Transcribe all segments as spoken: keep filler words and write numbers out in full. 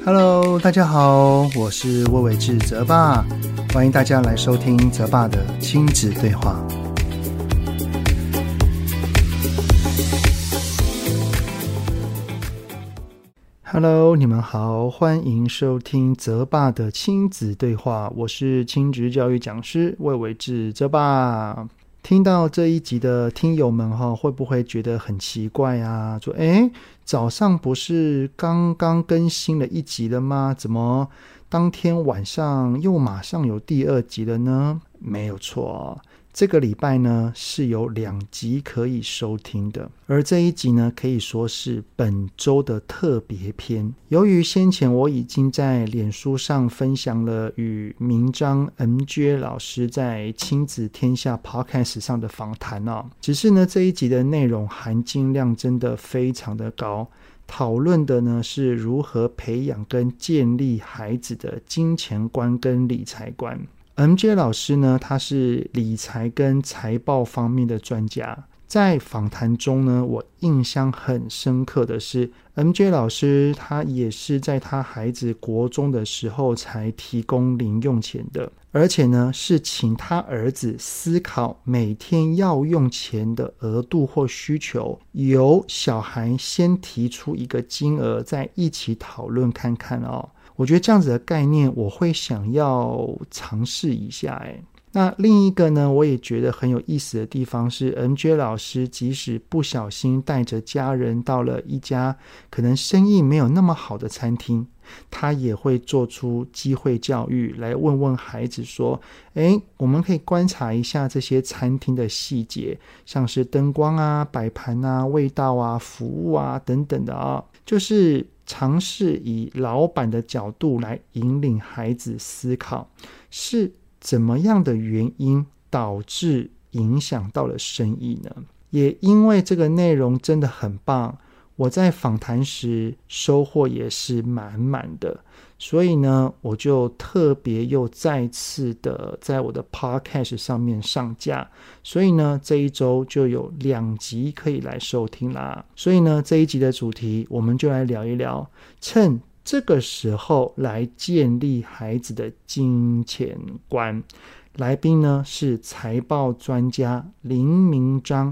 Hello， 大家好，我是魏伟志泽爸，欢迎大家来收听泽爸的亲子对话。Hello， 你们好，欢迎收听泽爸的亲子对话，我是亲职教育讲师魏伟志泽爸。听到这一集的听友们哈，会不会觉得很奇怪啊？说，诶，早上不是刚刚更新了一集了吗？怎么当天晚上又马上有第二集了呢？没有错，这个礼拜呢是有两集可以收听的，而这一集呢可以说是本周的特别篇。由于先前我已经在脸书上分享了与明章 M J 老师在亲子天下 Podcast 上的访谈哦，只是呢这一集的内容含金量真的非常的高，讨论的呢是如何培养跟建立孩子的金钱观跟理财观。M J 老师呢，他是理财跟财报方面的专家。在访谈中呢，我印象很深刻的是 M J 老师他也是在他孩子国中的时候才提供零用钱的，而且呢是请他儿子思考每天要用钱的额度或需求，由小孩先提出一个金额，再一起讨论看看哦。我觉得这样子的概念我会想要尝试一下诶。那另一个呢，我也觉得很有意思的地方是 M J 老师即使不小心带着家人到了一家可能生意没有那么好的餐厅，他也会做出机会教育，来问问孩子说，诶，我们可以观察一下这些餐厅的细节，像是灯光啊、摆盘啊、味道啊、服务啊等等的啊，就是尝试以老板的角度来引领孩子思考，是怎么样的原因导致影响到了生意呢？也因为这个内容真的很棒，我在访谈时收获也是满满的，所以呢我就特别又再次的在我的 podcast 上面上架，所以呢这一周就有两集可以来收听啦。所以呢这一集的主题我们就来聊一聊，趁这个时候来建立孩子的金钱观。来宾呢是财报专家林明章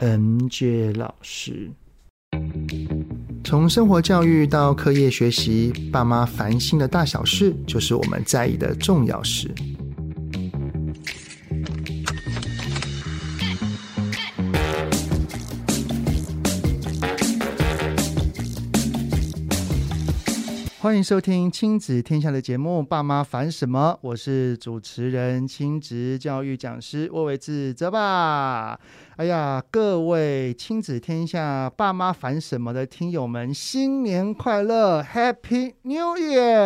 M J 老师。从生活教育到课业学习，爸妈烦心的大小事就是我们在意的重要事。欢迎收听亲子天下的节目《爸妈烦什么》，我是主持人亲职教育讲师魏伟志泽爸。哎呀，各位亲子天下爸妈烦什么的听友们，新年快乐 Happy New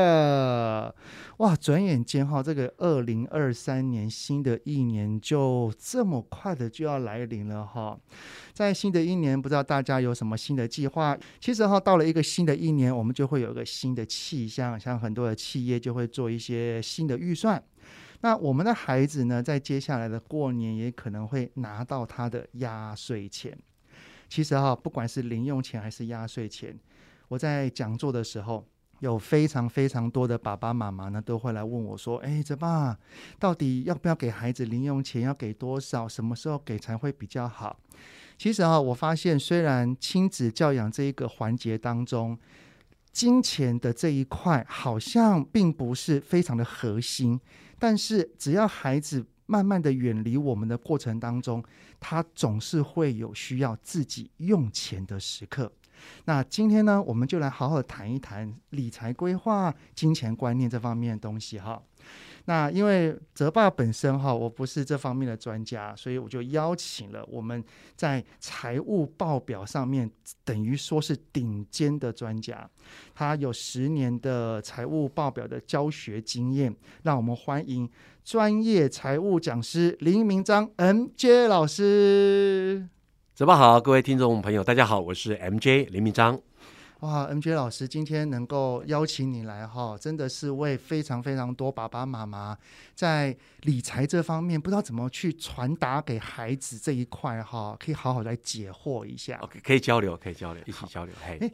Year。 哇，转眼间哈，这个二零二三年新的一年就这么快的就要来临了哈。在新的一年，不知道大家有什么新的计划？其实哈，到了一个新的一年，我们就会有一个新的气象，像很多的企业就会做一些新的预算。那我们的孩子呢，在接下来的过年也可能会拿到他的压岁钱。其实哈，不管是零用钱还是压岁钱，我在讲座的时候，有非常非常多的爸爸妈妈呢，都会来问我说，哎，泽爸，到底要不要给孩子零用钱？要给多少？什么时候给才会比较好？其实啊，我发现虽然亲子教养这一个环节当中，金钱的这一块好像并不是非常的核心，但是只要孩子慢慢的远离我们的过程当中，他总是会有需要自己用钱的时刻。那今天呢，我们就来好好谈一谈理财规划、金钱观念这方面的东西哈。那因为泽爸本身哈，我不是这方面的专家，所以我就邀请了我们在财务报表上面等于说是顶尖的专家，他有十年的财务报表的教学经验，让我们欢迎专业财务讲师林明章 M J 老师。 泽爸好，各位听众朋友大家好，我是 M J 林明章。 哇 M J 老师今天能够邀请你来哈，真的是为非常非常多爸爸妈妈在理财这方面不知道怎么去传达给孩子这一块哈，可以好好来解惑一下。 OK， 可以交流可以交流一起交流。嘿，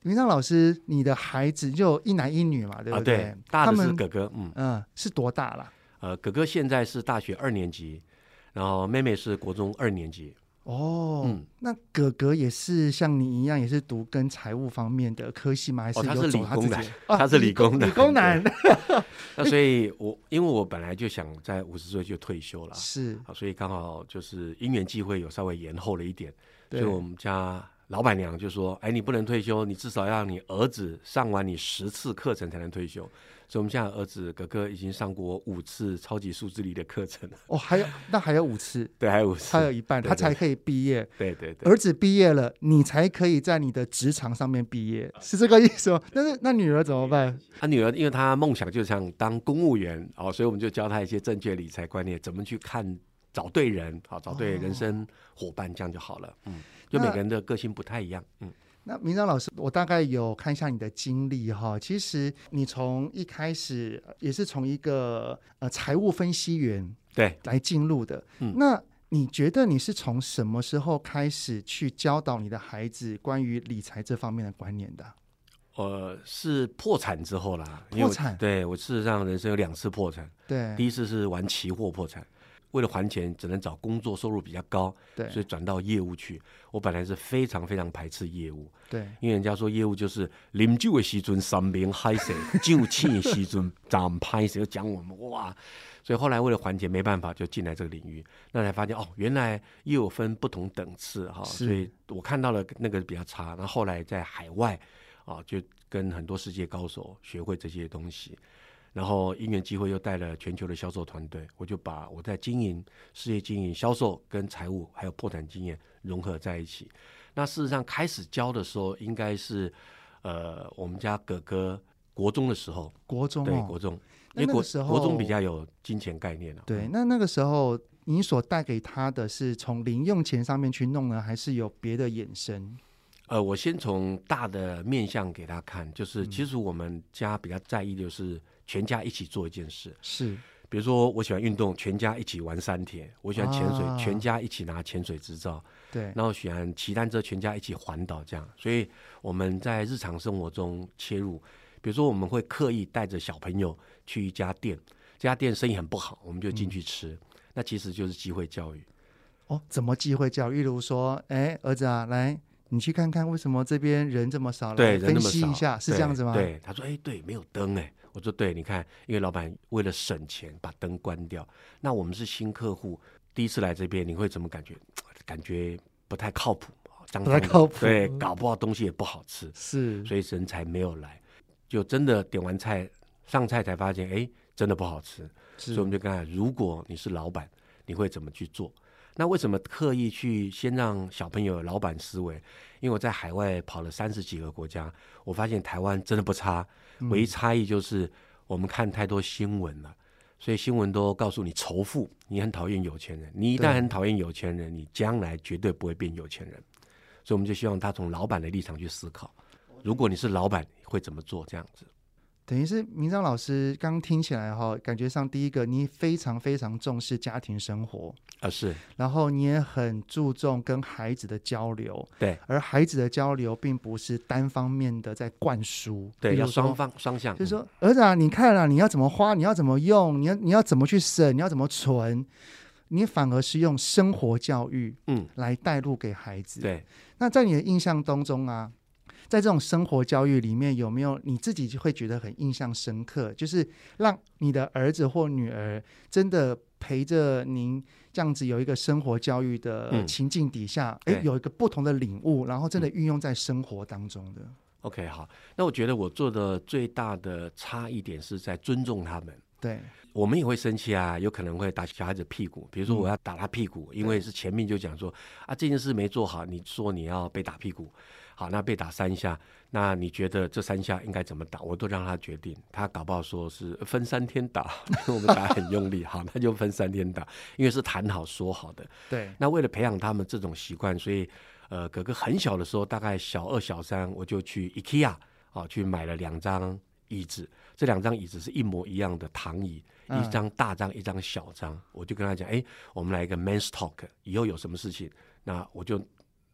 明章老师，你的孩子就一男一女嘛，对不对？ 啊、对，大的是哥哥，嗯嗯、呃，是多大了？ 呃，哥哥现在是大学二年级，然后妹妹是国中二年级。 哦，嗯，那哥哥也是像你一样，也是读跟财务方面的科系吗？还是哦，他是理工男， 他, 他是理工男， 理工男。 那所以我，因为我本来就想在五十岁就退休了， 是， 所以刚好就是因缘际会有稍微延后了一点，所以我们家老板娘就说：“哎，你不能退休，你至少要你儿子上完你十次课程才能退休。”所以我们现在儿子哥哥已经上过五次超级数字力的课程了。 哦，还有那还有五次， 对，还有五次， 还有一半，他才可以毕业。 对对对， 儿子毕业了，你才可以在你的职场上面毕业，是这个意思吗？但是那女儿怎么办？ 他、啊、女儿因为她梦想就想当公务员，哦，所以我们就教她一些正确理财观念，怎么去看找对人，好找对人生伙伴，这样就好了。嗯，就每个人的个性不太一样。嗯。 那明章老师，我大概有看一下你的经历哈。其实你从一开始也是从一个呃财务分析员对来进入的。嗯，那你觉得你是从什么时候开始去教导你的孩子关于理财这方面的观念的？ 呃，是破产之后啦。 破产？ 对，我事实上人生有两次破产。 对， 第一次是玩期货破产。为了还钱，只能找工作收入比较高， 对， 所以转到业务去。我本来是非常非常排斥业务， 对， 因为人家说业务就是啉酒的时阵三面海色，酒气的时阵站拍色，讲我们哇。所以后来为了还钱，没办法就进来这个领域，那才发现哦，原来业务分不同等次哈，所以我看到了那个比较差。然后后来在海外啊，就跟很多世界高手学会这些东西。然后因缘机会又带了全球的销售团队，我就把我在经营事业经营销售跟财务还有破产经验融合在一起。那事实上开始教的时候应该是呃我们家哥哥国中的时候。 国中、哦、 对，国中，因为 国, 国中比较有金钱概念、啊、 对，那那个时候你所带给他的是从零用钱上面去弄呢，还是有别的衍生？ 呃，我先从大的面向给他看，就是其实我们家比较在意的就是全家一起做一件事， 是， 比如说我喜欢运动，全家一起玩三铁；我喜欢潜水、啊，全家一起拿潜水执照。 对， 然后喜欢骑单车，全家一起环岛这样。所以我们在日常生活中切入，比如说我们会刻意带着小朋友去一家店，这家店生意很不好，我们就进去吃，嗯、那其实就是机会教育。 哦，怎么机会教育？例如说，哎，儿子啊，来。你去看看为什么这边人这么少， 对， 分析一下，是这样子吗？ 对，他说，哎，对，没有灯哎。我说，对，你看，因为老板为了省钱把灯关掉。那我们是新客户，第一次来这边，你会怎么感觉？感觉不太靠谱， 不太靠谱， 对，搞不好东西也不好吃， 是， 所以人才没有来。就真的点完菜上菜才发现，哎，真的不好吃。所以我们就跟他，如果你是老板，你会怎么去做？那为什么刻意去先让小朋友有老板思维？因为我在海外跑了三十几个国家，我发现台湾真的不差，唯一差异就是我们看太多新闻了，所以新闻都告诉你仇富，你很讨厌有钱人，你一旦很讨厌有钱人，你将来绝对不会变有钱人。所以我们就希望他从老板的立场去思考，如果你是老板会怎么做，这样子。 等于是明章老师刚听起来哈，感觉上第一个你非常非常重视家庭生活啊，是， 然后你也很注重跟孩子的交流， 对， 而孩子的交流并不是单方面的在灌输， 对，要双方双向， 就是说，儿子啊，你看啊，你要怎么花，你要怎么用，你要你要怎么去省，你要怎么存，你反而是用生活教育嗯来带入给孩子。 对， 那在你的印象当中啊，在这种生活教育里面，有没有你自己就会觉得很印象深刻，就是让你的儿子或女儿真的陪着您这样子有一个生活教育的情境底下、嗯、有一个不同的领悟，然后真的运用在生活当中的、嗯、 OK， 好，那我觉得我做的最大的差异点是在尊重他们。 对， 我们也会生气啊，有可能会打小孩子屁股，比如说我要打他屁股、嗯、因为是前面就讲说啊，这件事没做好，你说你要被打屁股，好，那被打三下，那你觉得这三下应该怎么打？我都让他决定，他搞不好说是分三天打，因为我们打很用力，好，那就分三天打，因为是谈好说好的。 对， 那为了培养他们这种习惯，所以呃，哥哥很小的时候，大概小二小三，我就去 IKEA 啊去买了两张椅子，这两张椅子是一模一样的躺椅，一张大张一张小张，我就跟他讲，哎，我们来一个 men's talk， 以后有什么事情，那我就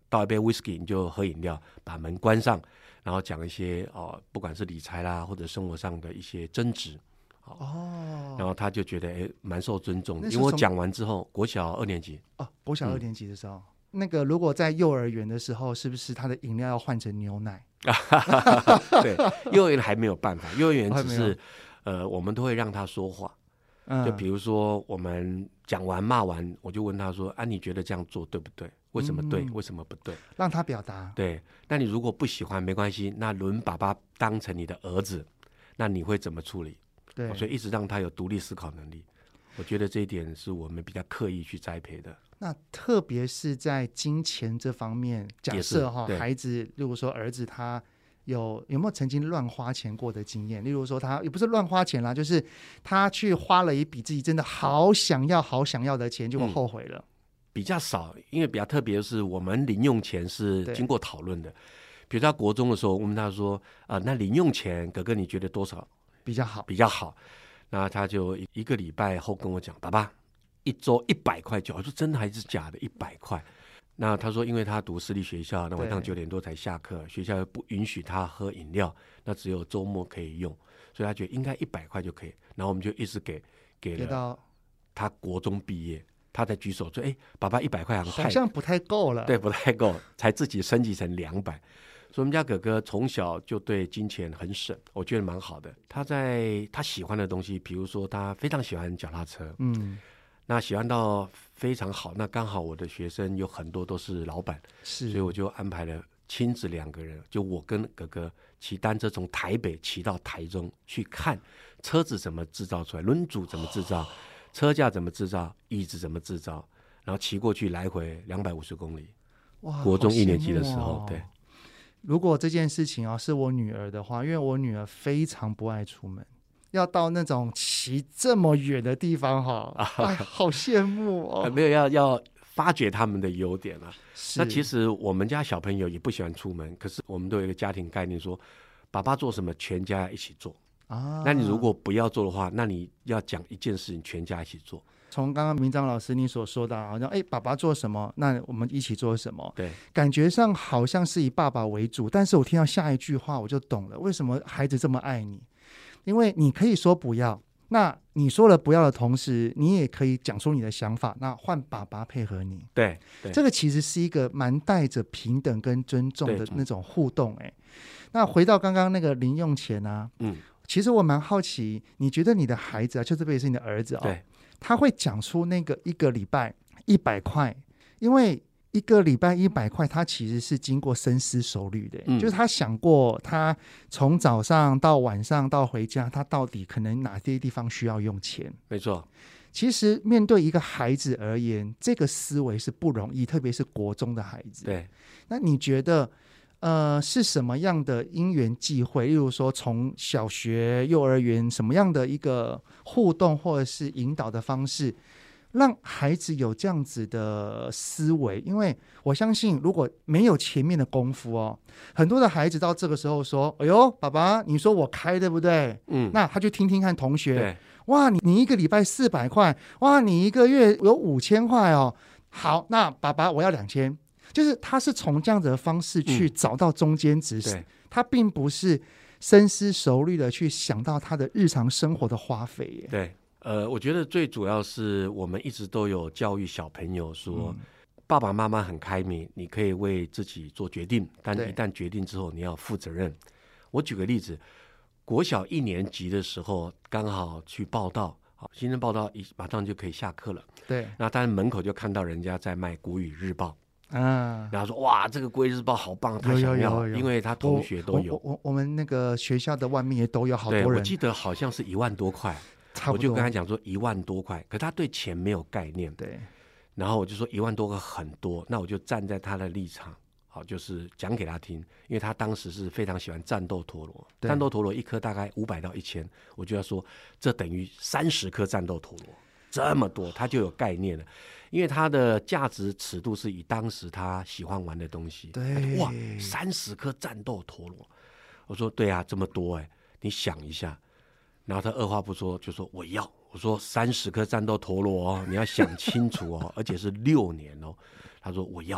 倒一杯 whisky 你就喝饮料，把门关上，然后讲一些哦，不管是理财啦或者生活上的一些争执。 哦， 然后他就觉得哎，蛮受尊重的， 那是因为我什么讲完之后，国小二年级哦，国小二年级的时候，那个如果在幼儿园的时候，是不是他的饮料要换成牛奶？ 对，幼儿园还没有办法，幼儿园只还没有是呃，我们都会让他说话。 嗯， 就比如说我们讲完骂完，我就问他说啊，你觉得这样做对不对？为什么对？ 嗯为什么不对？ 让他表达。 对，那你如果不喜欢没关系，那轮爸爸当成你的儿子，那你会怎么处理？ 对， 所以一直让他有独立思考能力。我觉得这一点是我们比较刻意去栽培的。 那特别是在金钱这方面，假设哈， 对孩子，例如说儿子他有有没有曾经乱花钱过的经验？例如说他也不是乱花钱啦，就是他去花了一笔自己真的好想要、好想要的钱，结果后悔了。 嗯、比较少，因为比较特别的是，我们零用钱是经过讨论的。比如他国中的时候，我问他说：“啊、呃，那零用钱，哥哥你觉得多少比较好？” 比较好。那他就一个礼拜后跟我讲：“爸爸，一周一百块就好。”我说：“真的还是假的？一百块？”那他说，因为他读私立学校，那晚上九点多才下课，学校又不允许他喝饮料，那只有周末可以用，所以他觉得应该一百块就可以。然后我们就一直给给了他国中毕业，他才举手说：“哎，爸爸一百块好像不太够了。” 对，不太够，才自己升级成两百。所以我们家哥哥从小就对金钱很省，我觉得蛮好的。他在他喜欢的东西，比如说他非常喜欢脚踏车， 嗯。 那喜欢到非常好，那刚好我的学生有很多都是老板， 是， 所以我就安排了亲子两个人，就我跟哥哥骑单车从台北骑到台中去看车子怎么制造出来，轮组怎么制造，车架怎么制造，椅子怎么制造，然后骑过去来回两百五十公里。 哇， 国中一年级的时候， 哦、 对。 如果这件事情啊是我女儿的话，因为我女儿非常不爱出门。要到那种骑这么远的地方哈，哎，好羡慕哦！ 没有要要发掘他们的优点啊。那其实我们家小朋友也不喜欢出门，可是我们都有一个家庭概念说，说爸爸做什么，全家一起做啊。那你如果不要做的话，那你要讲一件事情，全家一起做。 从刚刚明章老师你所说的，好像哎，爸爸做什么，那我们一起做什么？ 对， 感觉上好像是以爸爸为主，但是我听到下一句话我就懂了，为什么孩子这么爱你？因为你可以说不要，那你说了不要的同时，你也可以讲出你的想法，那换爸爸配合你。 对，对， 这个其实是一个蛮带着平等跟尊重的那种互动。哎，那回到刚刚那个零用钱啊，嗯，其实我蛮好奇，你觉得你的孩子啊，就这辈是你的儿子啊、哦， 对， 他会讲出那个一个礼拜一百块，因为一个礼拜一百块，他其实是经过深思熟虑的、嗯、就是他想过，他从早上到晚上到回家，他到底可能哪些地方需要用钱。 没错， 其实面对一个孩子而言，这个思维是不容易，特别是国中的孩子。 对， 那你觉得呃是什么样的因缘际会，例如说从小学幼儿园什么样的一个互动或者是引导的方式，让孩子有这样子的思维？因为我相信如果没有前面的功夫哦，很多的孩子到这个时候说，哎呦爸爸你说我开对不对？嗯，那他就听听看同学，哇你你一个礼拜四百块，哇你一个月有五千块哦，好，那爸爸我要两千，就是他是从这样子的方式去找到中间值、嗯、他并不是深思熟虑的去想到他的日常生活的花费耶。 对，呃，我觉得最主要是我们一直都有教育小朋友说、嗯、爸爸妈妈很开明，你可以为自己做决定，但一旦决定之后你要负责任。我举个例子，国小一年级的时候刚好去报到，好，新生报到一马上就可以下课了。 对， 那当然门口就看到人家在卖国语日报啊， 然后说哇这个国语日报好棒，他想要，因为他同学都有。 我 我, 我们那个学校的外面也都有好多人， 对，我记得好像是一万多块，我就跟他讲说一万多块，可他对钱没有概念。 对， 然后我就说一万多个很多，那我就站在他的立场，好，就是讲给他听，因为他当时是非常喜欢战斗陀螺，战斗陀螺一颗大概五百到一千，我就要说这等于三十颗战斗陀螺，这么多，他就有概念了。因为他的价值尺度是以当时他喜欢玩的东西。 对， 哇，三十颗战斗陀螺，我说对啊，这么多哎，你想一下。然后他二话不说就说我要，我说三十颗战斗陀螺哦，你要想清楚哦，而且是六年哦。他说我要，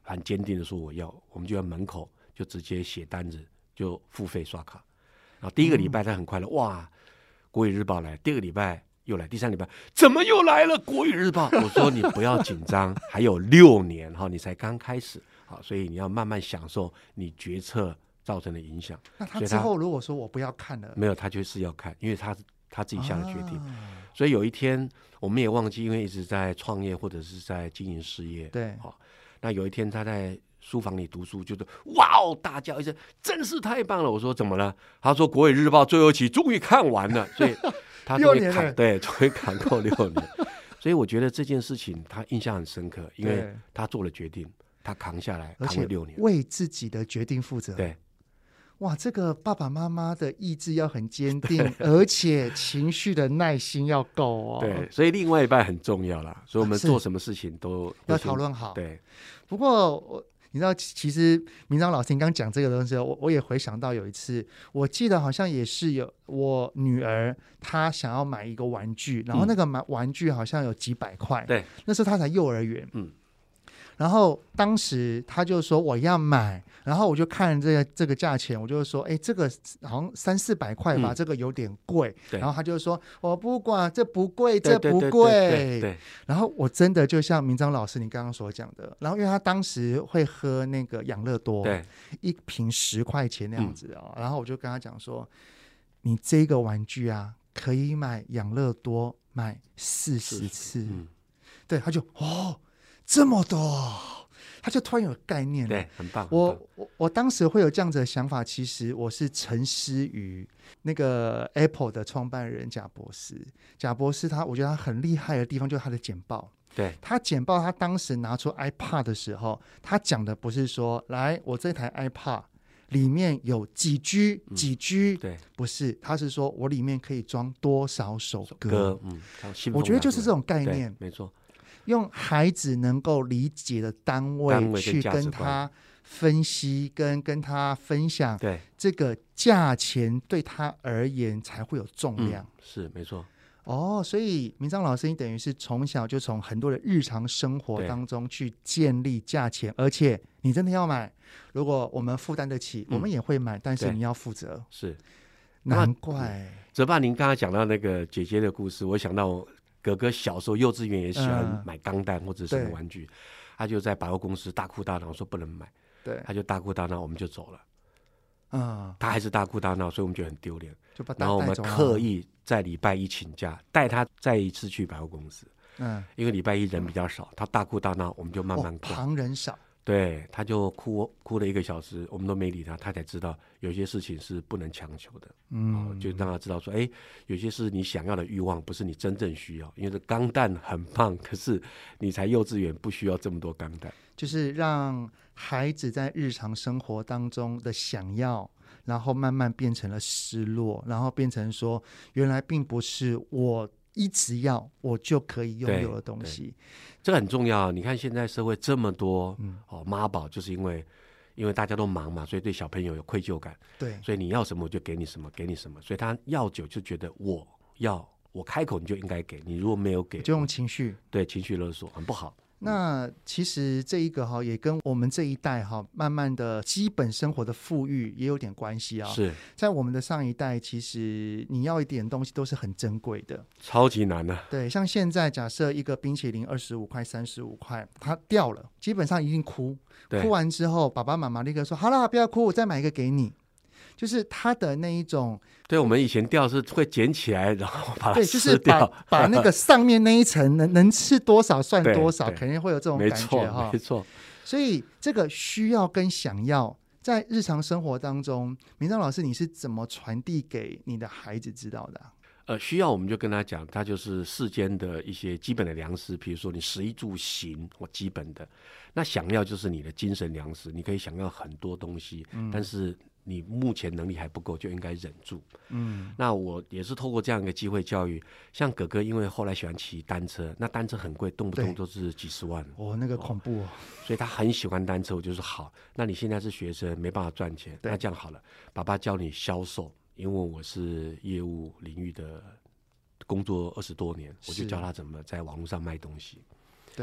很坚定的说我要，我们就在门口就直接写单子，就付费刷卡。然后第一个礼拜他很快乐，嗯、哇，国语日报来，第二个礼拜又来，第三个礼拜怎么又来了国语日报？我说你不要紧张，还有六年哈，你才刚开始，好，所以你要慢慢享受你决策造成的影响。 那他之后如果说我不要看了， 没有，他就是要看，因为他他自己下的决定。 啊、 所以有一天我们也忘记，因为一直在创业或者是在经营事业， 对， 好，那有一天他在书房里读书，就是哇哦大叫一声，真是太棒了！我说怎么了？他说国语日报最后一期终于看完了，所以他终于砍，对，终于砍够六年。所以我觉得这件事情他印象很深刻，因为他做了决定，他扛下来，扛了六年， 为自己的决定负责。 对。 哇，这个爸爸妈妈的意志要很坚定，而且情绪的耐心要够哦。 对，所以另外一半很重要啦，所以我们做什么事情都要讨论好。 对， 不过我你知道，其实明章老师你刚讲这个东西，我我也回想到有一次，我记得好像也是有我女儿她想要买一个玩具，然后那个买玩具好像有几百块， 对、嗯， 那时候她才幼儿园， 嗯。 然后当时他就说我要买，然后我就看这个这个价钱，我就说，哎，这个好像三四百块吧，嗯、这个有点贵。然后他就说，我不管，这不贵，这不贵。对对对对对。然后我真的就像明章老师你刚刚所讲的，然后因为他当时会喝那个养乐多， 对， 一瓶十块钱那样子哦、嗯。然后我就跟他讲说，你这个玩具啊，可以买养乐多买四十次。嗯、对，他就哦。这么多，他就突然有概念了， 对，很棒。 我很棒我我当时会有这样子的想法，其实我是沉思于那个 Apple 的创办人贾博士。贾博士他，我觉得他很厉害的地方就是他的简报。 对， 他简报，他当时拿出 iPad 的时候，他讲的不是说，来，我这台 iPad 里面有几 G 几 G，、嗯、 对， 不是，他是说我里面可以装多少首歌。 歌嗯， 我觉得就是这种概念， 没错。 用孩子能够理解的单位去跟他分析，跟跟他分享， 对这个价钱对他而言才会有重量。 嗯、是没错。 哦，所以明章老师，你等于是从小就从很多的日常生活当中去建立价钱，而且你真的要买，如果我们负担得起，嗯、我们也会买，但是你要负责。 是， 难怪。 泽爸，您刚才讲到那个姐姐的故事，我想到。哥哥小时候幼稚园也喜欢买钢弹或者什么玩具，嗯、他就在百货公司大哭大闹，说不能买， 对， 他就大哭大闹，我们就走了。 嗯， 他还是大哭大闹，所以我们觉得很丢脸， 就把然后我们刻意在礼拜一请假，带他再一次去百货公司。嗯，因为礼拜一人比较少，他大哭大闹，我们就慢慢逛。 哦、旁人少。 对，他就哭哭了一个小时，我们都没理他，他才知道有些事情是不能强求的。嗯、哦，就让他知道说，哎，有些是你想要的欲望，不是你真正需要。因为这钢弹很棒，可是你才幼稚园，不需要这么多钢弹。 就是让孩子在日常生活当中的想要，然后慢慢变成了失落，然后变成说，原来并不是我一直要我就可以拥有的东西。 这个很重要。你看现在社会这么多、嗯、哦妈宝，就是因为因为大家都忙嘛，所以对小朋友有愧疚感。 对， 所以你要什么我就给你什么，给你什么，所以他要久就觉得我要我开口你就应该给，你如果没有给就用情绪， 对，情绪勒索很不好。 那其实这一个哈，也跟我们这一代哈，慢慢的基本生活的富裕也有点关系啊。 是在我们的上一代，其实你要一点东西都是很珍贵的， 超级难的、啊。 对，像现在假设一个冰淇淋二十五块、三十五块，它掉了，基本上一定哭，哭完之后，爸爸妈妈立刻说：“好了，不要哭，我再买一个给你。”就是他的那一种， 对，我们以前掉是会捡起来，然后把它对，就是把把那个上面那一层能能吃多少算多少，肯定会有这种感觉哈。 没错， 所以这个需要跟想要，在日常生活当中，明章老师你是怎么传递给你的孩子知道的、啊？ 呃，需要我们就跟他讲，他就是世间的一些基本的粮食，比如说你食衣住行或基本的。那想要就是你的精神粮食，你可以想要很多东西，嗯、但是你目前能力还不够，就应该忍住。嗯，那我也是透过这样一个机会教育，像哥哥，因为后来喜欢骑单车，那单车很贵，动不动都是几十万。 哦，那个恐怖哦。 所以他很喜欢单车，我就说好，那你现在是学生，没办法赚钱，那这样好了，爸爸教你销售。因为我是业务领域的工作二十多年，我就教他怎么在网络上卖东西。 对，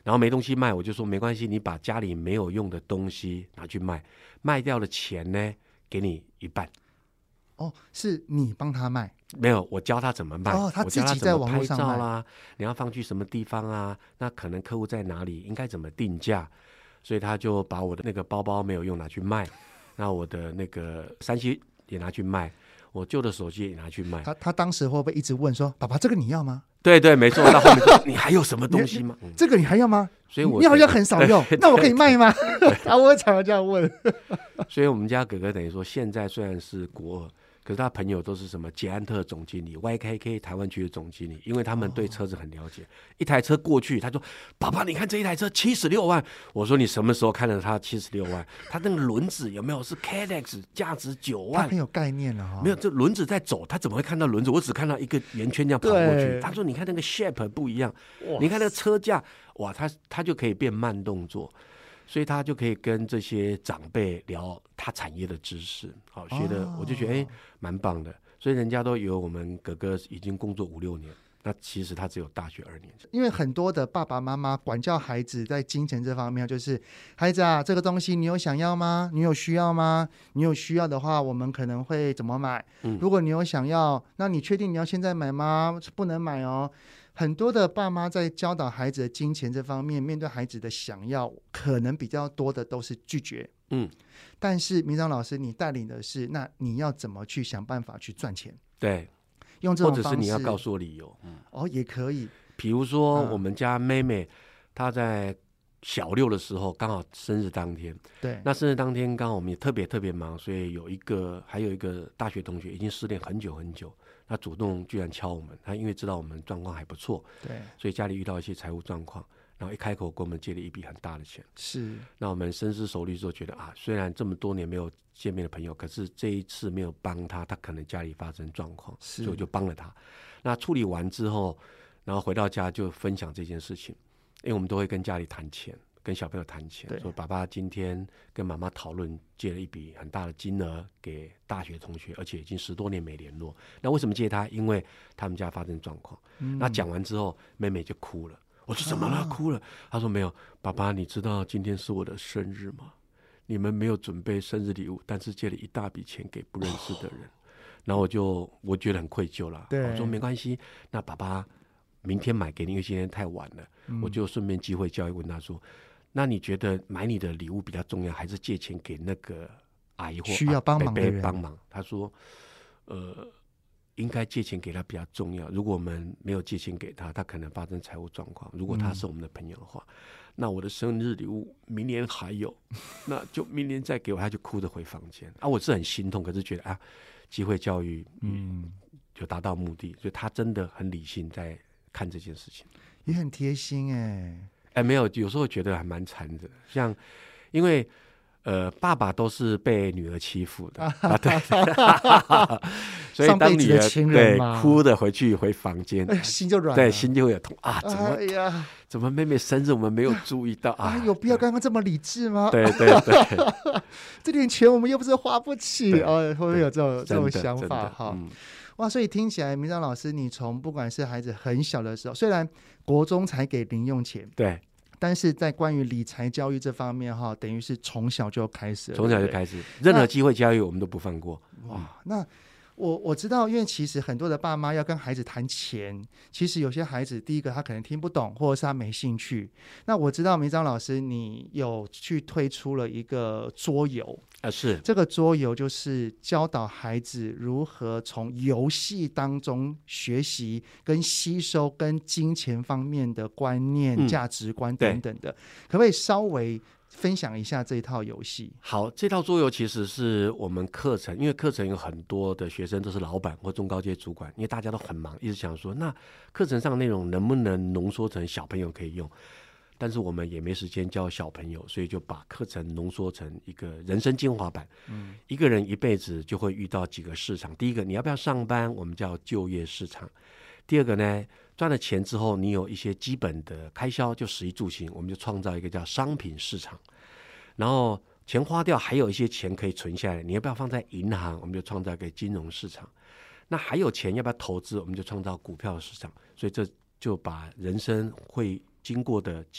然后没东西卖，我就说没关系，你把家里没有用的东西拿去卖，卖掉的钱呢给你一半。 哦，是你帮他卖？ 没有，我教他怎么卖。 哦，他自己在网络上卖。 我教他怎么拍照啦，你要放去什么地方啊？那可能客户在哪里，应该怎么定价？所以他就把我的那个包包没有用拿去卖，那我的那个三 C 也拿去卖，我旧的手机也拿去卖。 他他当时会不会一直问说：“爸爸，这个你要吗？” 对对，没错。到后面就你还有什么东西吗？ 嗯、这个你还要吗？ 所以我你好像很少用，那我可以卖吗？他我常常这样问。 所以我们家哥哥等于说，现在虽然是国二，可是他朋友都是什么捷安特总经理、Y K K 台湾区的总经理，因为他们对车子很了解。哦、一台车过去，他说：“爸爸，你看这一台车七十六万。”我说：“你什么时候看到它七十六万？它那个轮子有没有是 K D X 价值九万？” 他很有概念了哈、哦。 没有，这轮子在走，他怎么会看到轮子？我只看到一个圆圈这样跑过去。他说：“你看那个 shape 不一样，你看那个车架，哇，他他就可以变慢动作。”所以他就可以跟这些长辈聊他产业的知识，好学的，我就觉得哎，蛮棒的。所以人家都以为我们哥哥已经工作五六年，那其实他只有大学二年。 因为很多的爸爸妈妈管教孩子在金钱这方面，就是孩子啊，这个东西你有想要吗？你有需要吗？你有需要的话，我们可能会怎么买？嗯、如果你有想要，那你确定你要现在买吗？不能买哦。很多的爸妈在教导孩子的金钱这方面，面对孩子的想要，可能比较多的都是拒绝。嗯，但是明章老师，你带领的是，那你要怎么去想办法去赚钱？ 对， 用这种方式， 或者是你要告诉我理由。嗯， 哦，也可以。 比如说，我们家妹妹，她在小六的时候，刚好生日当天。 对， 那生日当天刚好我们也特别特别忙，所以有一个还有一个大学同学已经失恋很久很久。他主动居然敲我们，他因为知道我们状况还不错， 对， 所以家里遇到一些财务状况，然后一开口跟我们借了一笔很大的钱。 是， 那我们深思熟虑之后觉得啊，虽然这么多年没有见面的朋友，可是这一次没有帮他，他可能家里发生状况，所以我就帮了他。那处理完之后，然后回到家就分享这件事情，因为我们都会跟家里谈钱。跟小朋友谈钱，说爸爸今天跟妈妈讨论借了一笔很大的金额给大学同学，而且已经十多年没联络。那为什么借他？因为他们家发生状况。嗯、那讲完之后，妹妹就哭了。我说怎么了？啊、哭了？他说没有，爸爸，你知道今天是我的生日吗？你们没有准备生日礼物，但是借了一大笔钱给不认识的人。哦、然后我就我觉得很愧疚了。我说没关系，那爸爸明天买给你，因为今天太晚了。嗯、我就顺便机会教育问他说。那你觉得买你的礼物比较重要，还是借钱给那个阿姨或需要帮忙的人帮忙？他说，呃，应该借钱给他比较重要。如果我们没有借钱给他，他可能发生财务状况。如果他是我们的朋友的话，嗯、那我的生日礼物明年还有，那就明年再给我。他就哭着回房间啊，我是很心痛，可是觉得啊，机会教育嗯就达到目的，所以他真的很理性在看这件事情， 也很贴心哎、欸。 哎，没有，有时候觉得还蛮惨的，像因为呃，爸爸都是被女儿欺负的啊，对，所以当女儿对哭的回去回房间， 哎、心就软了， 对，心就会有痛啊，怎么、 哎呀， 怎么妹妹生日我们没有注意到啊？ 啊有必要刚刚这么理智吗？ 对对对， 这点钱我们又不是花不起啊、哦，会不会有这种这种想法？哈、嗯，哇，所以听起来明章老师，你从不管是孩子很小的时候，虽然国中才给零用钱， 对。 但是在关于理财教育这方面哈，等于是从小就开始了， 从小就开始，任何机会教育我们都不放过。 哇，那我我知道，因为其实很多的爸妈要跟孩子谈钱，其实有些孩子第一个他可能听不懂，或者是他没兴趣。那我知道明章老师你有去推出了一个桌游啊，是这个桌游就是教导孩子如何从游戏当中学习跟吸收跟金钱方面的观念、嗯、价值观等等的，可不可以稍微分享一下这一套游戏？ 好，这套桌游其实是我们课程，因为课程有很多的学生都是老板或中高阶主管，因为大家都很忙，一直想说那课程上内容能不能浓缩成小朋友可以用，但是我们也没时间教小朋友，所以就把课程浓缩成一个人生精华版。嗯，一个人一辈子就会遇到几个市场，第一个你要不要上班，我们叫就业市场。第二个呢，赚了钱之后你有一些基本的开销，就食衣住行，我们就创造一个叫商品市场。然后钱花掉还有一些钱可以存下来，你要不要放在银行，我们就创造一个金融市场。那还有钱要不要投资，我们就创造股票市场。所以这就把人生会经过的几个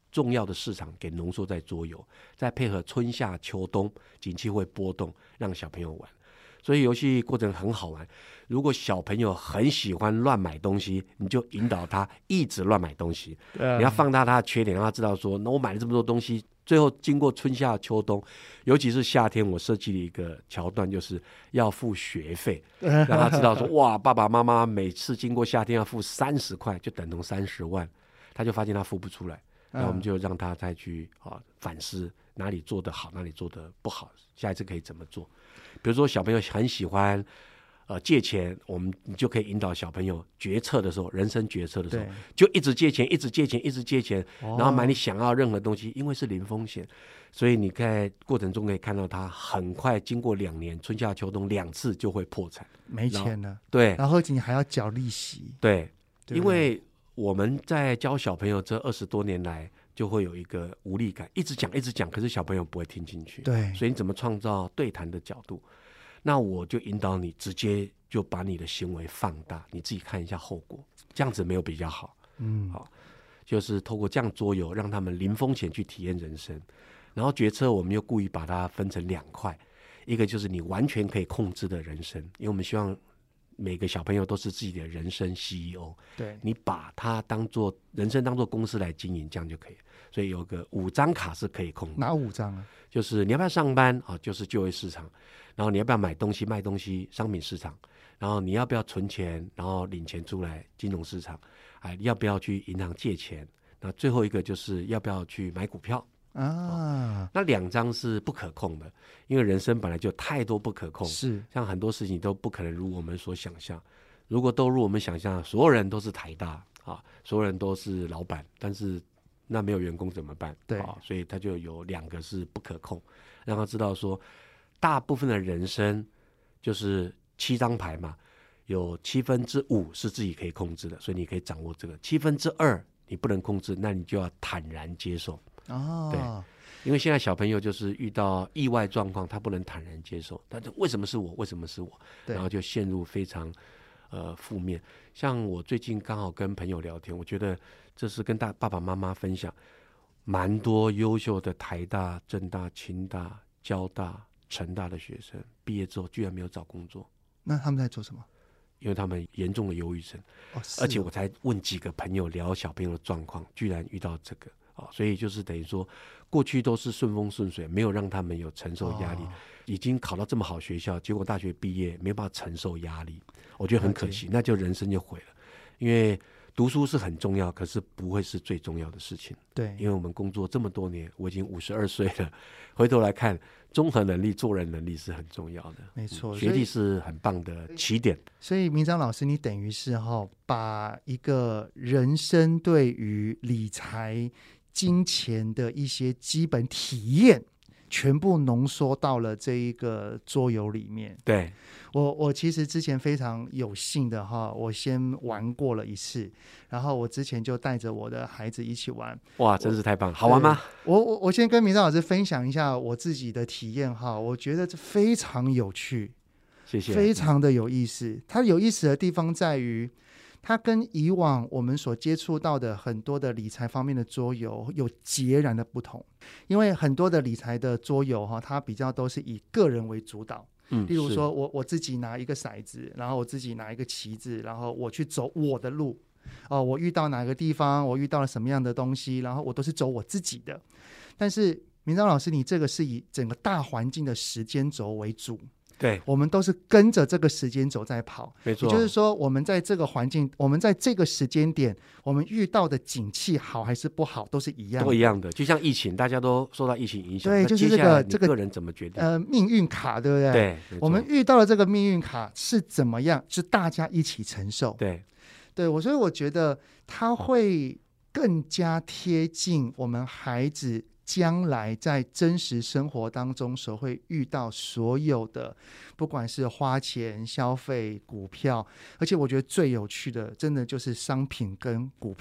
重要的市场给浓缩在桌游，再配合春夏秋冬景气会波动，让小朋友玩。所以游戏过程很好玩。如果小朋友很喜欢乱买东西，你就引导他一直乱买东西。你要放大他的缺点，让他知道说，那我买了这么多东西，最后经过春夏秋冬，尤其是夏天，我设计了一个桥段，就是要付学费，让他知道说，哇，爸爸妈妈每次经过夏天要付三十块，就等同三十万，他就发现他付不出来。然后我们就让他再去啊反思哪里做得好，哪里做得不好，下一次可以怎么做。比如说小朋友很喜欢呃借钱，我们你就可以引导小朋友决策的时候，人生决策的时候，就一直借钱，一直借钱，一直借钱，哦、然后买你想要任何东西，因为是零风险，所以你在过程中可以看到他很快经过两年春夏秋冬两次就会破产， 没钱了。 对， 然后你还要缴利息。 对，对，因为我们在教小朋友这二十多年来，就会有一个无力感，一直讲一直讲，可是小朋友不会听进去。 对， 所以你怎么创造对谈的角度？那我就引导你直接就把你的行为放大，你自己看一下后果，这样子没有比较好。嗯，好，就是透过这样桌游，让他们零风险去体验人生。然后决策，我们又故意把它分成两块，一个就是你完全可以控制的人生，因为我们希望每个小朋友都是自己的人生 C E O， 对，你把它当做人生当做公司来经营，这样就可以。所以有个五张卡是可以控制。 哪五张啊？就是你要不要上班啊？就是就业市场。然后你要不要买东西卖东西，商品市场。然后你要不要存钱，然后领钱出来，金融市场。哎，要不要去银行借钱？那最后一个就是要不要去买股票啊、哦？那两张是不可控的，因为人生本来就太多不可控，是像很多事情都不可能如我们所想象。如果都如我们想象，所有人都是台大啊，所有人都是老板，但是那没有员工怎么办？对啊，所以他就有两个是不可控，让他知道说，大部分的人生就是七张牌嘛，有七分之五是自己可以控制的，所以你可以掌握这个。七分之二你不能控制，那你就要坦然接受。哦，对，因为现在小朋友就是遇到意外状况，他不能坦然接受，但是为什么是我？为什么是我？然后就陷入非常呃负面。像我最近刚好跟朋友聊天，我觉得这是跟大爸爸妈妈分享，蛮多优秀的台大、政大、清大、交大、成大的学生毕业之后居然没有找工作。 那他们在做什么？ 因为他们严重的忧郁症、哦哦、而且我才问几个朋友聊小朋友的状况，居然遇到这个、哦、所以就是等于说过去都是顺风顺水，没有让他们有承受压力、哦、已经考到这么好学校，结果大学毕业没有办法承受压力，我觉得很可惜，那就人生就毁了。因为读书是很重要，可是不会是最重要的事情。对，因为我们工作这么多年，我已经五十二岁了，回头来看，综合能力、做人能力是很重要的。没错，学历是很棒的起点。 所以明章老师，你等于是哈，把一个人生对于理财、金钱的一些基本体验，全部浓缩到了这一个桌游里面。对，我我其实之前非常有幸的哈，我先玩过了一次，然后我之前就带着我的孩子一起玩。哇，真是太棒了，好玩吗？我我我先跟明章老师分享一下我自己的体验哈，我觉得这非常有趣，谢谢，非常的有意思。它有意思的地方在于，它跟以往我们所接触到的很多的理财方面的桌游有截然的不同。因为很多的理财的桌游哈，它比较都是以个人为主导。嗯，例如说我我自己拿一个骰子，然后我自己拿一个旗子，然后我去走我的路。哦，我遇到哪个地方，我遇到了什么样的东西，然后我都是走我自己的。但是明章老师，你这个是以整个大环境的时间轴为主。对，我们都是跟着这个时间轴在跑，没错。也就是说，我们在这个环境，我们在这个时间点，我们遇到的景气好还是不好，都是一样的，都一样的。就像疫情，大家都受到疫情影响，对，就是这个这个个人怎么决定？呃，命运卡，对不对？对，我们遇到了这个命运卡是怎么样？是大家一起承受。对，对我，所以我觉得它会更加贴近我们孩子将来在真实生活当中所会遇到所有的，不管是花钱、消费、股票，而且我觉得最有趣的真的就是商品跟股票。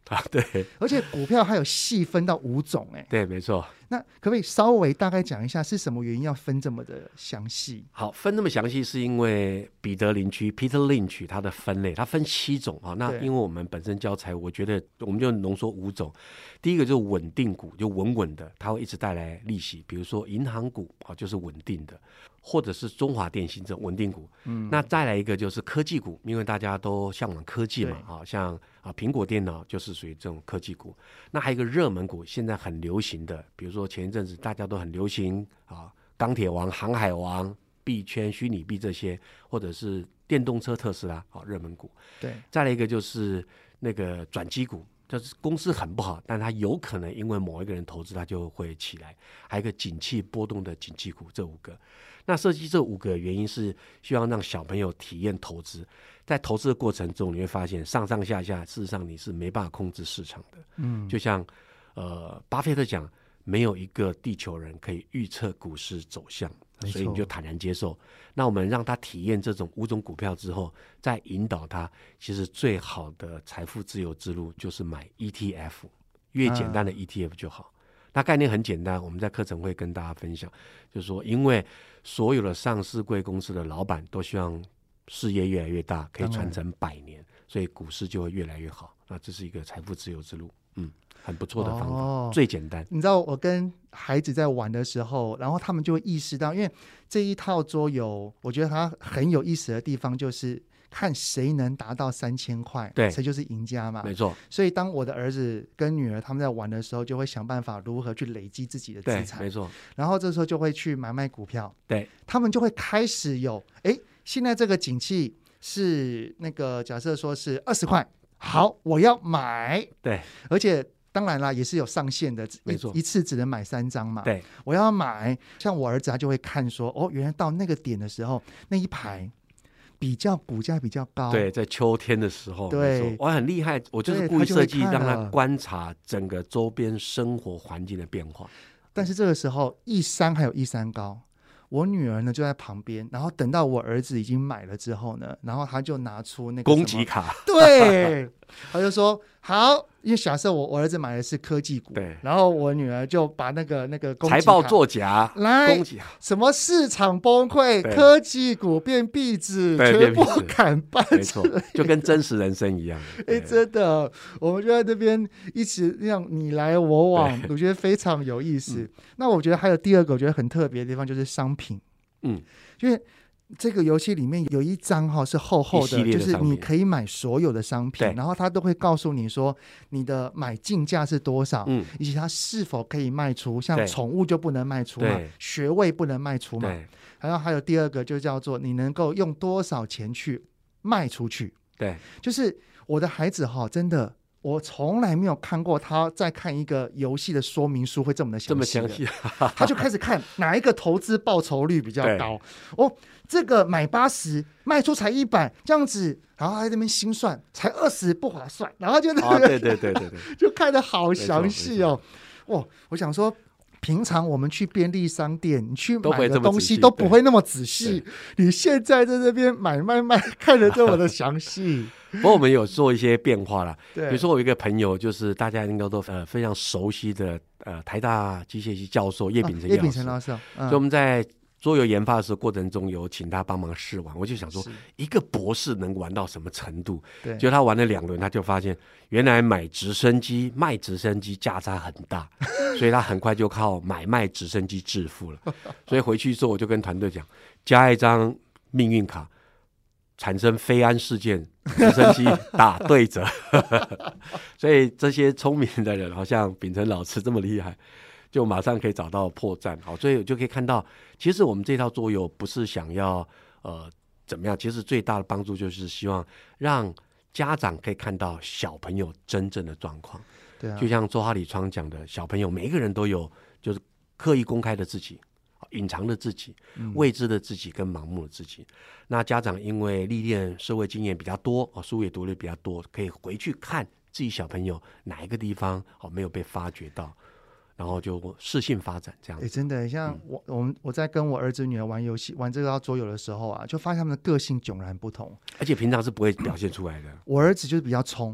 啊，对， 而且股票还有细分到五种哎。 对，没错。 那可不可以稍微大概讲一下是什么原因要分这么的详细？ 好，分那么详细是因为彼得林区 Peter Lynch 它的分类，它分七种啊。那因为我们本身教材，我觉得我们就浓缩五种。第一个就是稳定股，就稳稳的，它会一直带来利息，比如说银行股啊，就是稳定的，或者是中华电信这种稳定股。嗯，那再来一个就是科技股，因为大家都向往科技嘛，啊，像啊苹果电脑就是属于这种科技股。那还有一个热门股，现在很流行的，比如说前一阵子大家都很流行啊，钢铁王、航海王、币圈、虚拟币这些，或者是电动车特斯拉，好，热门股。 对， 再来一个就是那个转机股，就是公司很不好，但它有可能因为某一个人投资，它就会起来。还有一个景气波动的景气股，这五个。那设计这五个原因是希望让小朋友体验投资，在投资的过程中，你会发现上上下下，事实上你是没办法控制市场的。嗯，就像呃，巴菲特讲，没有一个地球人可以预测股市走向，所以你就坦然接受。那我们让他体验这种五种股票之后，再引导他，其实最好的财富自由之路就是买 E T F， 越简单的 E T F 就好。啊，那概念很简单，我们在课程会跟大家分享，就是说，因为所有的上市贵公司的老板都希望事业越来越大，可以传承百年，所以股市就会越来越好。那这是一个财富自由之路，嗯，很不错的方法，哦，最简单。 你知道我跟孩子在玩的时候，然后他们就会意识到，因为这一套桌游，我觉得它很有意思的地方就是看谁能达到三千块，对，谁就是赢家嘛。 没错。 所以当我的儿子跟女儿他们在玩的时候，就会想办法如何去累积自己的资产。 没错。 然后这时候就会去买卖股票。 对。 他们就会开始有，哎，现在这个景气是那个假设说是二十块，好，我要买。对。而且当然啦，也是有上限的，没错，一次只能买三张嘛。对。我要买，像我儿子他就会看说，哦，原来到那个点的时候，那一排比较股价比较高， 对，在秋天的时候，对，我很厉害，我就是故意设计让他观察整个周边生活环境的变化。 但是这个时候一山还有一山高，我女儿呢就在旁边，然后等到我儿子已经买了之后呢，然后他就拿出那个攻击卡， 对，他就说好。因为假设我我儿子买的是科技股，对，然后我女儿就把那个那个财报作假来什么市场崩溃，科技股变壁纸，全部砍半， 没错，就跟真实人生一样。 哎，真的，我们就在那边一起那样你来我往，我觉得非常有意思。嗯，那我觉得还有第二个我觉得很特别的地方就是商品，嗯，因为这个游戏里面有一张哈是厚厚 的, 的就是你可以买所有的商品，然后他都会告诉你说你的买进价是多少，嗯，以及它是否可以卖出，像宠物就不能卖出嘛，学位不能卖出嘛，然后还有第二个就叫做你能够用多少钱去卖出去。对，就是我的孩子哈，真的我从来没有看过他在看一个游戏的说明书会这么的详细，这么详细，他就开始看哪一个投资报酬率比较高，哦，这个买八十卖出才一百这样子，然后他在那边心算才二十不划算，然后就那个、 啊、对对对对对， 就看得好详细哦。哇，我想说平常我们去便利商店你去买的东西都不会那么仔细，你现在在这边买卖卖看得这么的详细。 不过我们有做一些变化啦，比如说我有一个朋友就是大家应该都呃非常熟悉的呃台大机械系教授叶秉成叶秉成老师， 嗯，所以我们在桌游研发的时候过程中有请他帮忙试玩，我就想说一个博士能玩到什么程度，就他玩了两轮他就发现原来买直升机卖直升机价差很大，所以他很快就靠买卖直升机致富了。所以回去之后我就跟团队讲，加一张命运卡，产生飞安事件，直升机打对折。所以这些聪明的人好像秉成老师这么厉害，就马上可以找到破绽。好，所以我就可以看到其实我们这套桌游不是想要呃怎么样，其实最大的帮助就是希望让家长可以看到小朋友真正的状况。对啊，就像周哈里窗讲的，小朋友每一个人都有就是刻意公开的自己，隐藏的自己，未知的自己跟盲目的自己。那家长因为历练社会经验比较多，书也读得比较多，可以回去看自己小朋友哪一个地方没有被发掘到，然后就适性发展这样子。 欸，真的像我、嗯、我们我在跟我儿子女儿玩游戏玩这个桌游的时候啊，就发现他们的个性迥然不同， 而且平常是不会表现出来的。 我儿子就是比较冲，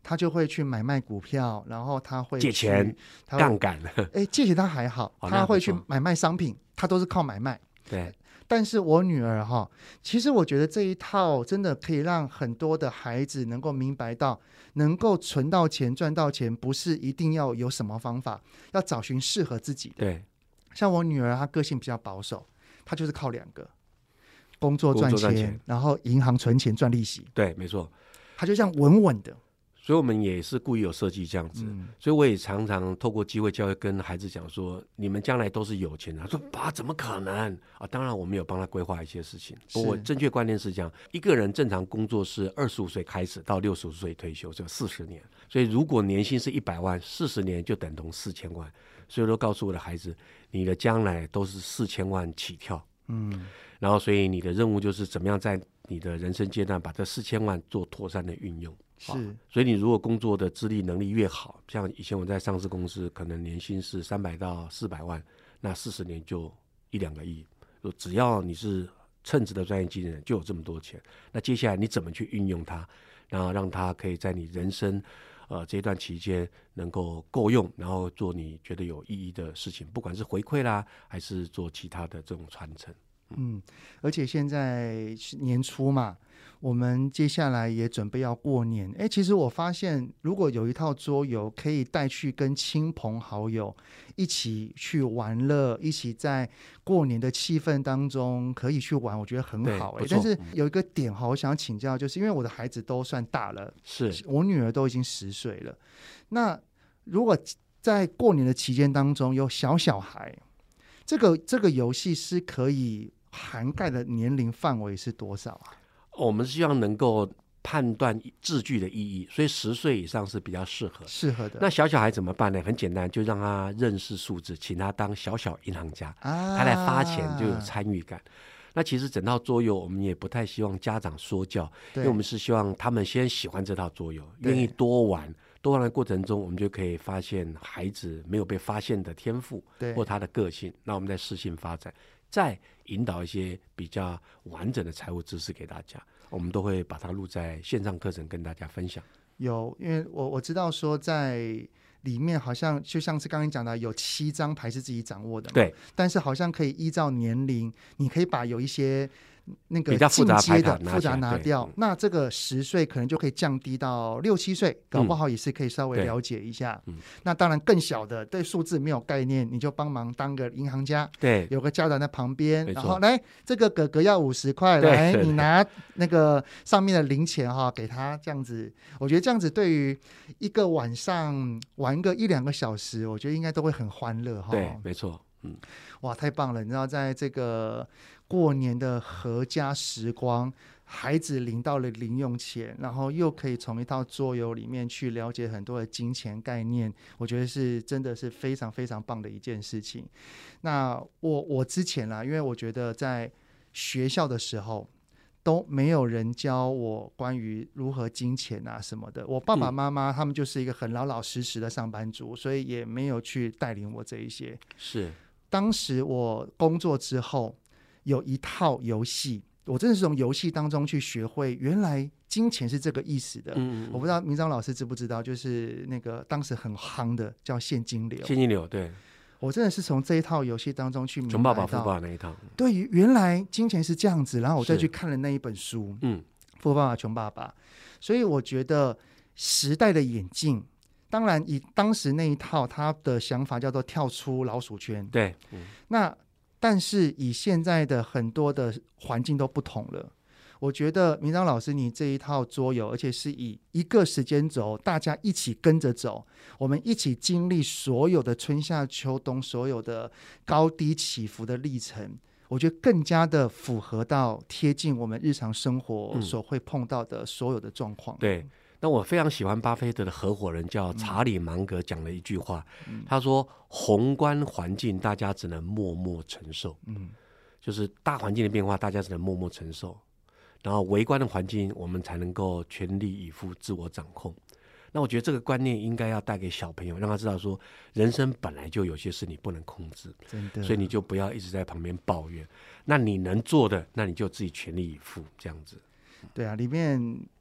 他就会去买卖股票，然后他会借钱、杠杆。 哎，借钱他还好， 哦、 他会去买卖商品，他都是靠买卖。 对。 但是我女儿哈，其实我觉得这一套真的可以让很多的孩子能够明白到，能够存到钱、赚到钱，不是一定要有什么方法，要找寻适合自己的。 对， 像我女儿，她个性比较保守，她就是靠两个：工作赚 钱, 赚钱，然后银行存钱赚利息。 对，没错， 她就这样稳稳的。 所以我们也是故意有设计这样子、嗯、所以我也常常透过机会教育跟孩子讲说，你们将来都是有钱的。他说爸怎么可能啊？当然我们有帮他规划一些事情，不过正确观念是这样，一个人正常工作是二十五岁开始到六十五岁退休，就四十年。所以如果年薪是一百万，四十年就等同四千万。所以我都告诉我的孩子，你的将来都是四千万起跳。嗯，然后所以你的任务就是怎么样在你的人生阶段把这四千万做妥善的运用。 是， 所以你如果工作的资历能力越好，像以前我在上市公司，可能年薪是三百到四百万，那四十年就一两个亿。只要你是称职的专业经理人，就有这么多钱。那接下来你怎么去运用它，然后让它可以在你人生呃这段期间能够够用，然后做你觉得有意义的事情，不管是回馈啦，还是做其他的这种传承。 嗯，而且现在年初嘛，我们接下来也准备要过年。哎，其实我发现，如果有一套桌游可以带去跟亲朋好友一起去玩乐，一起在过年的气氛当中可以去玩，我觉得很好。哎，但是有一个点哈，我想请教，就是因为我的孩子都算大了， 是我女儿都已经十岁了。那如果在过年的期间当中有小小孩，这个这个游戏是可以涵盖的年龄范围是多少啊？ 我们希望能够判断字句的意义，所以十岁以上是比较适合适合的。 那小小孩怎么办呢？很简单，就让他认识数字，请他当小小银行家、啊、他来发钱就有参与感。那其实整套桌游我们也不太希望家长说教，因为我们是希望他们先喜欢这套桌游，愿意多玩，多玩的过程中我们就可以发现孩子没有被发现的天赋或他的个性，那我们再适性发展，再引导一些比较完整的财务知识给大家，我们都会把它录在线上课程跟大家分享。 有，因为我我知道说在里面好像就像是刚刚讲的，有七张牌是自己掌握的嘛， 对， 但是好像可以依照年龄，你可以把有一些那个比较复杂进阶的拿复杂拿掉，那这个十岁可能就可以降低到六七岁，搞不好也是可以稍微了解一下、嗯、那当然更小的对数字没有概念，你就帮忙当个银行家， 对， 有个家长在旁边，然后来这个哥哥要五十块，来你拿那个上面的零钱哈，给他，这样子我觉得这样子对于一个晚上玩个一两个小时，我觉得应该都会很欢乐哈。 对，没错，嗯， 哇，太棒了！你知道，在这个过年的合家时光，孩子领到了零用钱，然后又可以从一套桌游里面去了解很多的金钱概念，我觉得是真的是非常非常棒的一件事情。那我我之前啦，因为我觉得在学校的时候都没有人教我关于如何金钱啊什么的，我爸爸妈妈他们就是一个很老老实实的上班族、嗯、所以也没有去带领我这一些。 是当时我工作之后有一套游戏，我真的是从游戏当中去学会原来金钱是这个意思的。嗯，我不知道明章老师知不知道，就是那个当时很夯的叫现金流。 现金流，对， 我真的是从这一套游戏当中去明白到穷爸爸富爸爸那一套， 对，原来金钱是这样子，然后我再去看了那一本书，嗯，富爸爸穷爸爸。所以我觉得时代的演进，当然以当时那一套他的想法叫做跳出老鼠圈， 对、嗯、 那但是以现在的很多的环境都不同了，我觉得明章老师你这一套桌游，而且是以一个时间轴大家一起跟着走，我们一起经历所有的春夏秋冬所有的高低起伏的历程，我觉得更加的符合到贴近我们日常生活所会碰到的所有的状况、嗯、 对。那我非常喜欢巴菲特的合伙人叫查理芒格讲了一句话、嗯、他说宏观环境大家只能默默承受、嗯、就是大环境的变化大家只能默默承受，然后微观的环境我们才能够全力以赴自我掌控。那我觉得这个观念应该要带给小朋友，让他知道说人生本来就有些事你不能控制， 真的， 所以你就不要一直在旁边抱怨，那你能做的那你就自己全力以赴这样子。 对啊，里面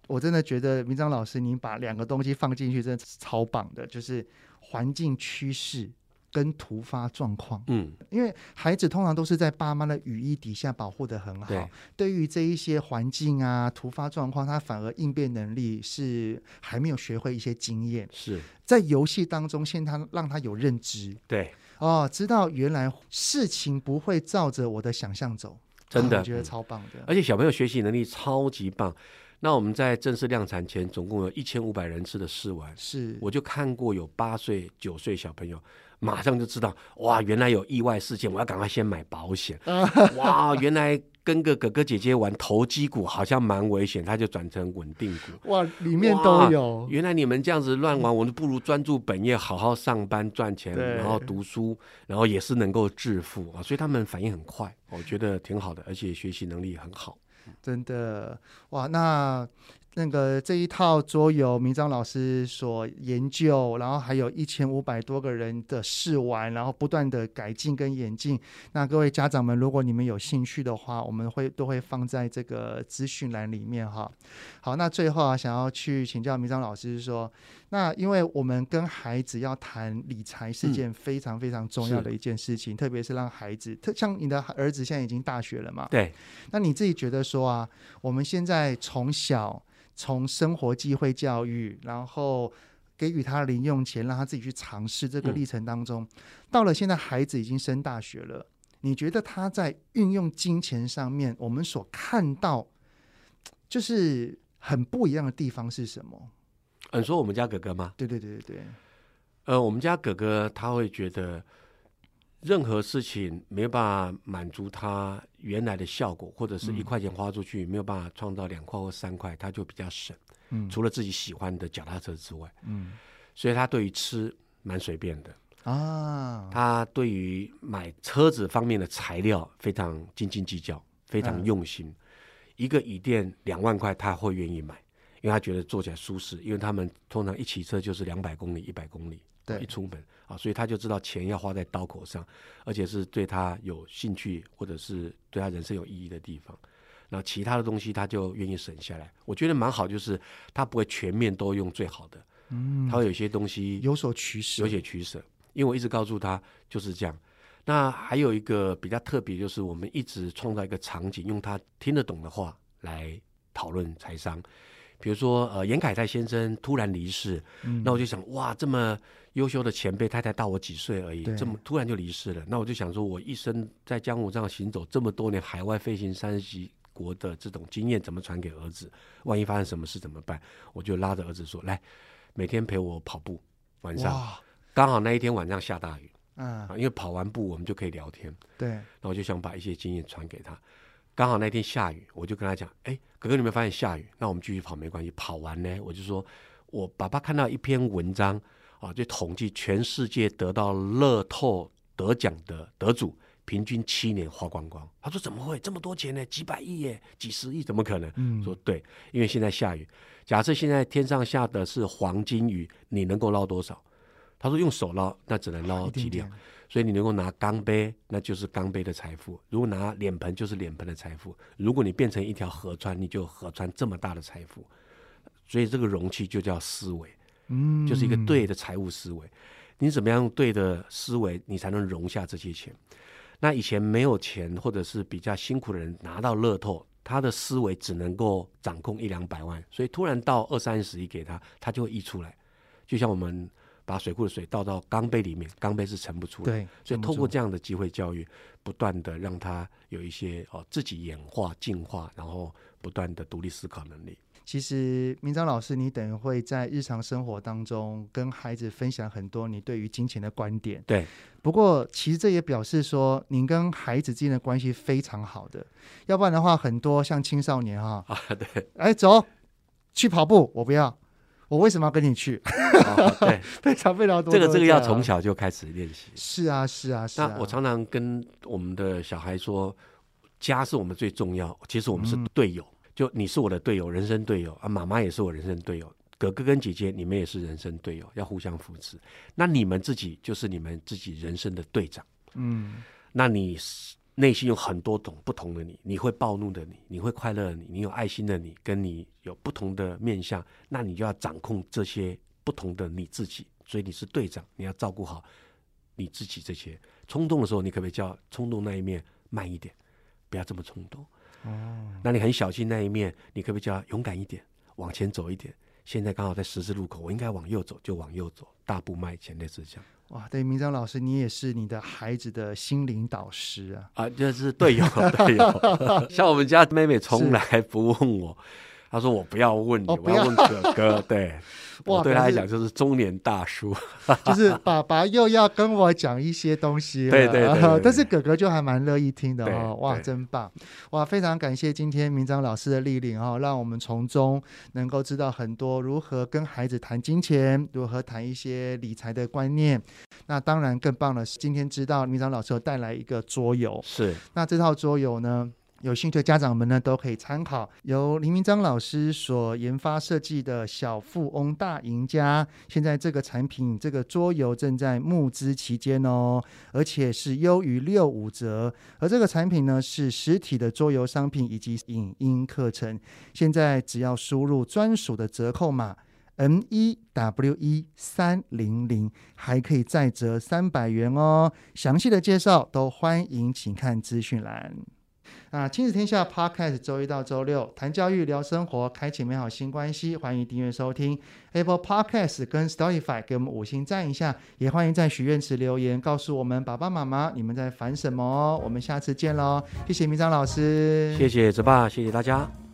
我真的觉得明章老师您把两个东西放进去真的超棒的，就是环境趋势跟突发状况。嗯，因为孩子通常都是在爸妈的羽翼底下保护得很好，对，对于这一些环境啊突发状况，他反而应变能力是还没有学会一些经验，是在游戏当中先他让他有认知，对，哦，知道原来事情不会照着我的想象走，真的、啊、我觉得超棒的、嗯、 而且小朋友学习能力超级棒。那我们在正式量产前总共有一千五百人次的试玩，是我就看过有八岁九岁小朋友马上就知道，哇，原来有意外事件，我要赶快先买保险。哇，原来跟个哥哥姐姐玩投机股好像蛮危险，他就转成稳定股。哇， 里面都有。 原来你们这样子乱玩，我们不如专注本业，好好上班赚钱，然后读书，然后也是能够致富啊。所以他们反应很快，我觉得挺好的，而且学习能力很好。 真的哇，那那个这一套桌游明章老师所研究，然后还有一千五百多个人的试玩，然后不断的改进跟演进。那各位家长们，如果你们有兴趣的话，我们会都会放在这个资讯栏里面哈。好，那最后啊，想要去请教明章老师说，那因为我们跟孩子要谈理财是件非常非常重要的一件事情，嗯、特别是让孩子，像你的儿子现在已经大学了嘛，对，那你自己觉得说啊，我们现在从小从生活机会教育，然后给予他零用钱，让他自己去尝试这个历程当中、嗯、到了现在孩子已经升大学了，你觉得他在运用金钱上面我们所看到就是很不一样的地方是什么？ 你说我们家哥哥吗？ 对对对对对。 呃，我们家哥哥他会觉得任何事情没有办法满足他原来的效果，或者是一块钱花出去、嗯、没有办法创造两块或三块，他就比较省、嗯、除了自己喜欢的脚踏车之外、嗯、所以他对于吃蛮随便的啊，他对于买车子方面的材料非常斤斤计较，非常用心、嗯、一个椅垫两万块他会愿意买，因为他觉得坐起来舒适，因为他们通常一骑车就是两百公里一百公里，对，一出门啊，所以他就知道钱要花在刀口上，而且是对他有兴趣或者是对他人生有意义的地方。那其他的东西他就愿意省下来，我觉得蛮好，就是他不会全面都用最好的，嗯，他会有些东西有所取舍， 有些取舍。因为我一直告诉他就是这样。那还有一个比较特别，就是我们一直创造一个场景，用他听得懂的话来讨论财商。比如说呃，严凯泰先生突然离世、嗯、那我就想，哇，这么优秀的前辈，他才大我几岁而已，这么突然就离世了，那我就想说，我一生在江湖上行走这么多年，海外飞行三十几国的这种经验怎么传给儿子？万一发生什么事怎么办？我就拉着儿子说，来，每天陪我跑步，晚上刚好那一天晚上下大雨、嗯、因为跑完步我们就可以聊天，对，然后我就想把一些经验传给他。刚好那天下雨，我就跟他讲，哎，哥哥，你有没有发现下雨？那我们继续跑没关系。跑完呢，我就说，我爸爸看到一篇文章啊，就统计全世界得到乐透得奖的得主，平均七年花光光。他说怎么会这么多钱呢？几百亿耶，几十亿，怎么可能？嗯，说对，因为现在下雨。假设现在天上下的是黄金雨，你能够捞多少？他说用手捞，那只能捞几两。所以你能够拿钢杯，那就是钢杯的财富；如果拿脸盆，就是脸盆的财富；如果你变成一条河川，你就有河川这么大的财富。所以这个容器就叫思维，嗯，就是一个对的财务思维。你怎么样用对的思维，你才能容下这些钱？那以前没有钱或者是比较辛苦的人拿到乐透，他的思维只能够掌控一两百万，所以突然到二三十亿给他，他就会溢出来。就像我们把水库的水倒到钢杯里面，钢杯是盛不出来，对，所以透过这样的机会教育，不断的让他有一些、哦、自己演化进化，然后不断的独立思考能力。 其实明章老师你等于会在日常生活当中跟孩子分享很多你对于金钱的观点，对，不过其实这也表示说您跟孩子之间的关系非常好的，要不然的话很多像青少年哈、啊，对，哎，走去跑步，我不要，我为什么要跟你去？哦、对，非常非常多。 这个这个要从小就开始练习。 是啊，是啊，是啊。 那我常常跟我们的小孩说，家是我们最重要，其实我们是队友，嗯、就你是我的队友，人生队友啊，妈妈也是我人生队友，哥哥跟姐姐你们也是人生队友，要互相扶持。那你们自己就是你们自己人生的队长。嗯，那你内心有很多种不同的你，你会暴怒的你，你会快乐的你，你有爱心的你，跟你有不同的面向，那你就要掌控这些不同的你自己。所以你是队长，你要照顾好你自己。这些冲动的时候，你可不可以叫冲动那一面慢一点，不要这么冲动？哦，那你很小心那一面，你可不可以叫勇敢一点，往前走一点？现在刚好在十字路口，我应该往右走就往右走，大步迈前，类似这样。 哇，对，明章老师，你也是你的孩子的心灵导师啊！ 啊，就是队友，队友。像我们家妹妹从来不问我，她说我不要问你， 哦、 我要问哥哥。对， 哇， 我对她来讲就是中年大叔， 就是爸爸又要跟我讲一些东西了。 对对 对, 对, 对， 但是哥哥就还蛮乐意听的哦。哇， 对真棒！哇，非常感谢今天明章老师的莅临哦，让我们从中能够知道很多如何跟孩子谈金钱，如何谈一些理财的观念。那当然更棒的是，今天知道明章老师有带来一个桌游， 是那这套桌游呢，有兴趣的家长们呢都可以参考，由林明章老师所研发设计的小富翁大赢家。现在这个产品这个桌游正在募资期间哦，而且是优于六五折。而这个产品呢是实体的桌游商品以及影音课程，现在只要输入专属的折扣码M 一 W 一 三零零，还可以再折三百元哦。详细的介绍都欢迎请看资讯栏。啊，亲子天下 Podcast 周一到周六谈教育聊生活，开启美好新关系，欢迎订阅收听 Apple Podcast 跟 Spotify， 给我们五星赞一下，也欢迎在许愿池留言告诉我们爸爸妈妈你们在烦什么哦。我们下次见咯，谢谢明章老师， 谢谢泽爸，谢谢大家。